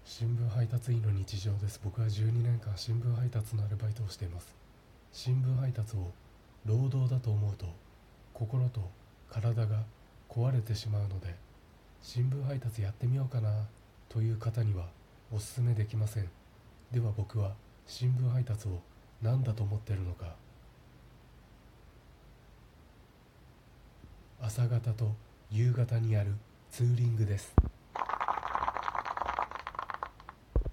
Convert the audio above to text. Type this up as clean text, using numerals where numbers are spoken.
新聞配達員の日常です。僕は12年間新聞配達のアルバイトをしています。新聞配達を労働だと思うと心と体が壊れてしまうので、新聞配達やってみようかなという方にはおすすめできません。では僕は新聞配達を何だと思っているのか。朝方と夕方にやるツーリングです。